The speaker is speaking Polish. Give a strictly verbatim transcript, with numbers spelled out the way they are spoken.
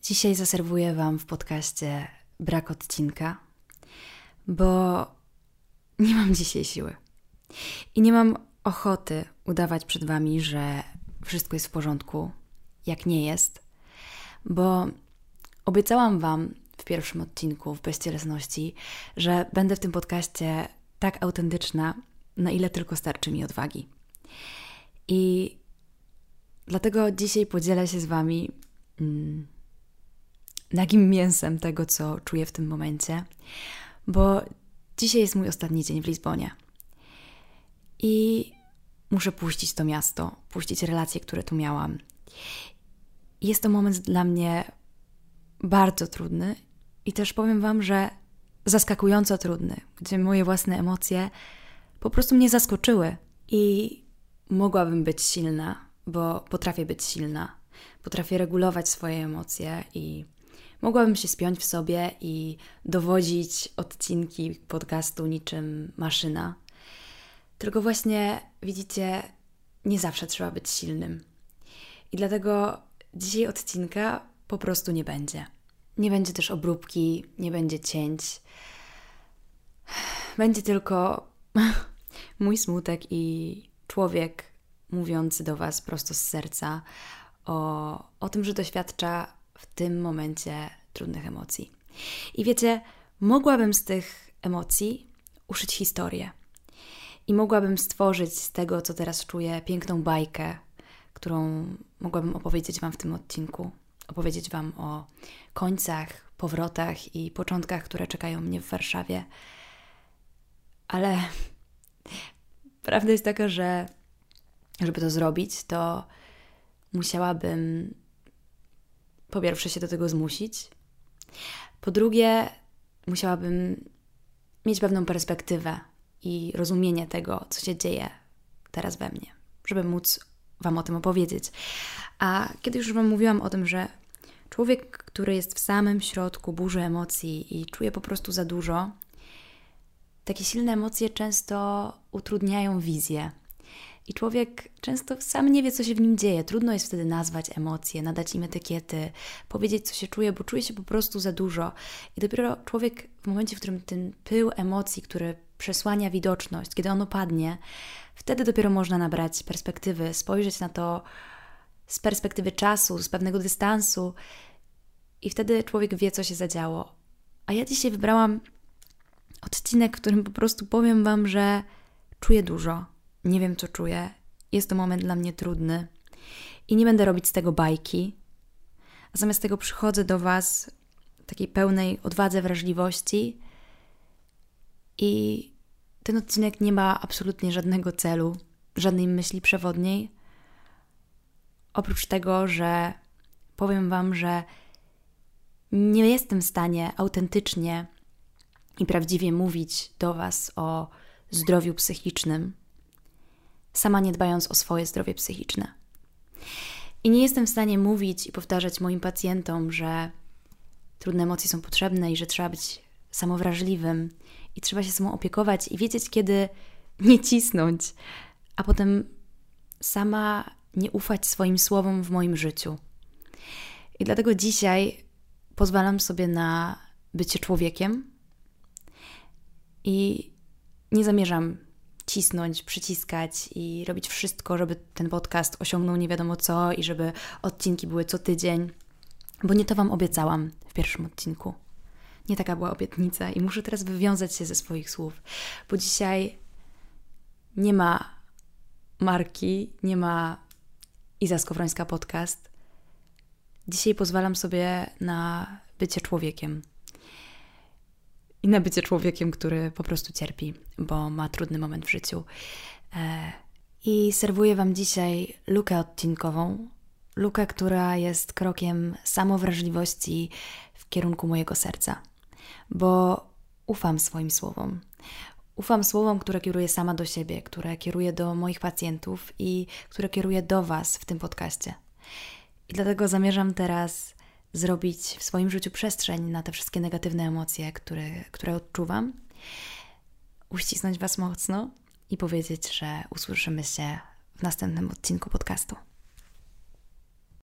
Dzisiaj zaserwuję Wam w podcaście brak odcinka, bo nie mam dzisiaj siły. I nie mam ochoty udawać przed Wami, że wszystko jest w porządku, jak nie jest, bo obiecałam Wam w pierwszym odcinku w Bezcielesności, że będę w tym podcaście tak autentyczna, na ile tylko starczy mi odwagi. I dlatego dzisiaj podzielę się z Wami mm, nagim mięsem tego, co czuję w tym momencie, bo dzisiaj jest mój ostatni dzień w Lizbonie. I muszę puścić to miasto, puścić relacje, które tu miałam. Jest to moment dla mnie bardzo trudny i też powiem Wam, że zaskakująco trudny, gdzie moje własne emocje po prostu mnie zaskoczyły i mogłabym być silna, bo potrafię być silna, potrafię regulować swoje emocje i mogłabym się spiąć w sobie i dowodzić odcinki podcastu niczym maszyna. Tylko właśnie, widzicie, nie zawsze trzeba być silnym. I dlatego dzisiaj odcinka po prostu nie będzie. Nie będzie też obróbki, nie będzie cięć. Będzie tylko mój smutek i człowiek mówiący do Was prosto z serca o, o tym, że doświadcza w tym momencie trudnych emocji. I wiecie, mogłabym z tych emocji uszyć historię. I mogłabym stworzyć z tego, co teraz czuję, piękną bajkę, którą mogłabym opowiedzieć Wam w tym odcinku. Opowiedzieć Wam o końcach, powrotach i początkach, które czekają mnie w Warszawie. Ale prawda jest taka, że żeby to zrobić, to musiałabym po pierwsze się do tego zmusić. Po drugie, musiałabym mieć pewną perspektywę i rozumienie tego, co się dzieje teraz we mnie, żeby móc Wam o tym opowiedzieć. A kiedy już Wam mówiłam o tym, że człowiek, który jest w samym środku burzy emocji i czuje po prostu za dużo, takie silne emocje często utrudniają wizję. I człowiek często sam nie wie, co się w nim dzieje. Trudno jest wtedy nazwać emocje, nadać im etykiety, powiedzieć, co się czuje, bo czuje się po prostu za dużo. I dopiero człowiek w momencie, w którym ten pył emocji, który przesłania widoczność, kiedy on opadnie, wtedy dopiero można nabrać perspektywy, spojrzeć na to z perspektywy czasu, z pewnego dystansu i wtedy człowiek wie, co się zadziało. A ja dzisiaj wybrałam odcinek, w którym po prostu powiem Wam, że czuję dużo. Nie wiem, co czuję. Jest to moment dla mnie trudny. I nie będę robić z tego bajki. A zamiast tego przychodzę do Was w takiej pełnej odwadze, wrażliwości. I ten odcinek nie ma absolutnie żadnego celu, żadnej myśli przewodniej. Oprócz tego, że powiem Wam, że nie jestem w stanie autentycznie i prawdziwie mówić do Was o zdrowiu psychicznym, sama nie dbając o swoje zdrowie psychiczne. I nie jestem w stanie mówić i powtarzać moim pacjentom, że trudne emocje są potrzebne i że trzeba być samowrażliwym i trzeba się samą opiekować i wiedzieć, kiedy nie cisnąć, a potem sama nie ufać swoim słowom w moim życiu. I dlatego dzisiaj pozwalam sobie na bycie człowiekiem i nie zamierzam cisnąć, przyciskać i robić wszystko, żeby ten podcast osiągnął nie wiadomo co i żeby odcinki były co tydzień, bo nie to Wam obiecałam w pierwszym odcinku. Nie taka była obietnica i muszę teraz wywiązać się ze swoich słów, bo dzisiaj nie ma marki, nie ma Iza Skowrońska podcast. Dzisiaj pozwalam sobie na bycie człowiekiem. I na bycie człowiekiem, który po prostu cierpi, bo ma trudny moment w życiu. I serwuję Wam dzisiaj lukę odcinkową. Lukę, która jest krokiem samowrażliwości w kierunku mojego serca. Bo ufam swoim słowom. Ufam słowom, które kieruję sama do siebie, które kieruję do moich pacjentów i które kieruję do Was w tym podcaście. I dlatego zamierzam teraz zrobić w swoim życiu przestrzeń na te wszystkie negatywne emocje, które, które odczuwam, uścisnąć Was mocno i powiedzieć, że usłyszymy się w następnym odcinku podcastu.